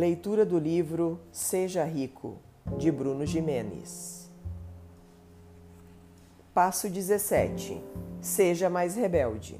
Leitura do livro Seja Rico, de Bruno Gimenez. Passo 17. Seja mais rebelde.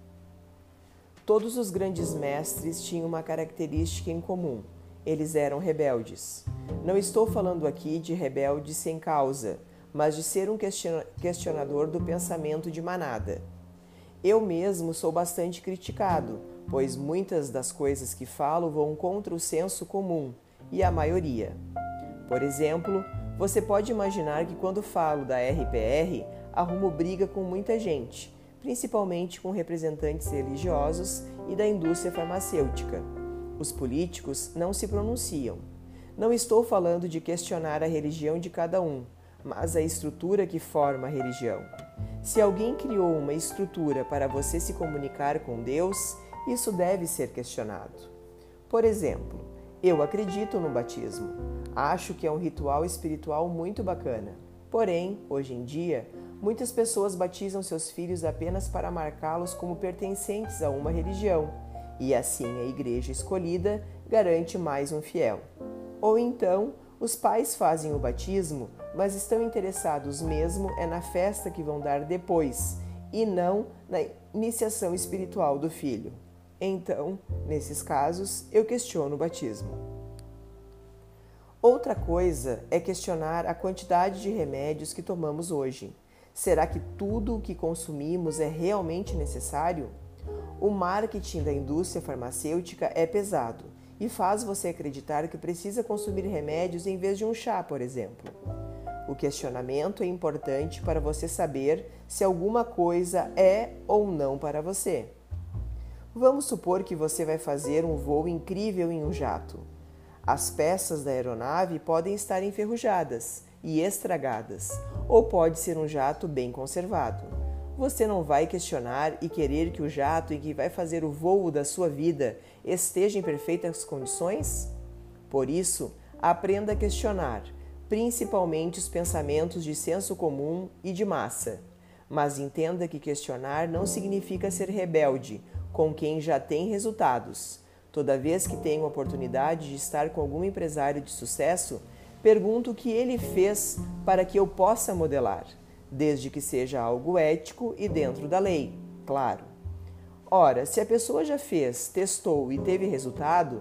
Todos os grandes mestres tinham uma característica em comum. Eles eram rebeldes. Não estou falando aqui de rebelde sem causa, mas de ser um questionador do pensamento de manada. Eu mesmo sou bastante criticado, pois muitas das coisas que falo vão contra o senso comum, e a maioria. Por exemplo, você pode imaginar que quando falo da RPR, arrumo briga com muita gente, principalmente com representantes religiosos e da indústria farmacêutica. Os políticos não se pronunciam. Não estou falando de questionar a religião de cada um, mas a estrutura que forma a religião. Se alguém criou uma estrutura para você se comunicar com Deus, isso deve ser questionado. Por exemplo, eu acredito no batismo. Acho que é um ritual espiritual muito bacana. Porém, hoje em dia, muitas pessoas batizam seus filhos apenas para marcá-los como pertencentes a uma religião, e assim a igreja escolhida garante mais um fiel. Ou então, os pais fazem o batismo, mas estão interessados mesmo na festa que vão dar depois, e não na iniciação espiritual do filho. Então, nesses casos, eu questiono o batismo. Outra coisa é questionar a quantidade de remédios que tomamos hoje. Será que tudo o que consumimos é realmente necessário? O marketing da indústria farmacêutica é pesado e faz você acreditar que precisa consumir remédios em vez de um chá, por exemplo. O questionamento é importante para você saber se alguma coisa é ou não para você. Vamos supor que você vai fazer um voo incrível em um jato. As peças da aeronave podem estar enferrujadas e estragadas, ou pode ser um jato bem conservado. Você não vai questionar e querer que o jato em que vai fazer o voo da sua vida esteja em perfeitas condições? Por isso, aprenda a questionar, principalmente os pensamentos de senso comum e de massa. Mas entenda que questionar não significa ser rebelde com quem já tem resultados. Toda vez que tenho a oportunidade de estar com algum empresário de sucesso, pergunto o que ele fez para que eu possa modelar, desde que seja algo ético e dentro da lei, claro. Ora, se a pessoa já fez, testou e teve resultado,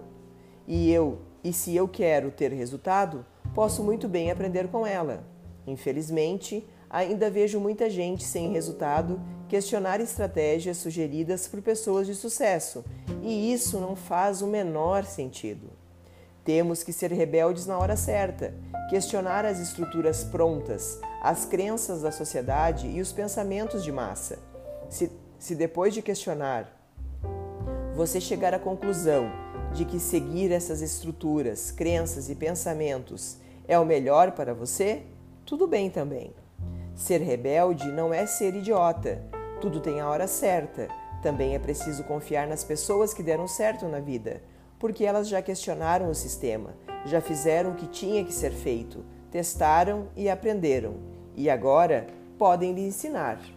e se eu quero ter resultado, posso muito bem aprender com ela. Infelizmente, ainda vejo muita gente sem resultado questionar estratégias sugeridas por pessoas de sucesso, e isso não faz o menor sentido. Temos que ser rebeldes na hora certa, questionar as estruturas prontas, as crenças da sociedade e os pensamentos de massa. Se depois de questionar, você chegar à conclusão de que seguir essas estruturas, crenças e pensamentos é o melhor para você, tudo bem também. Ser rebelde não é ser idiota. Tudo tem a hora certa. Também é preciso confiar nas pessoas que deram certo na vida, porque elas já questionaram o sistema, já fizeram o que tinha que ser feito, testaram e aprenderam, e agora podem lhe ensinar.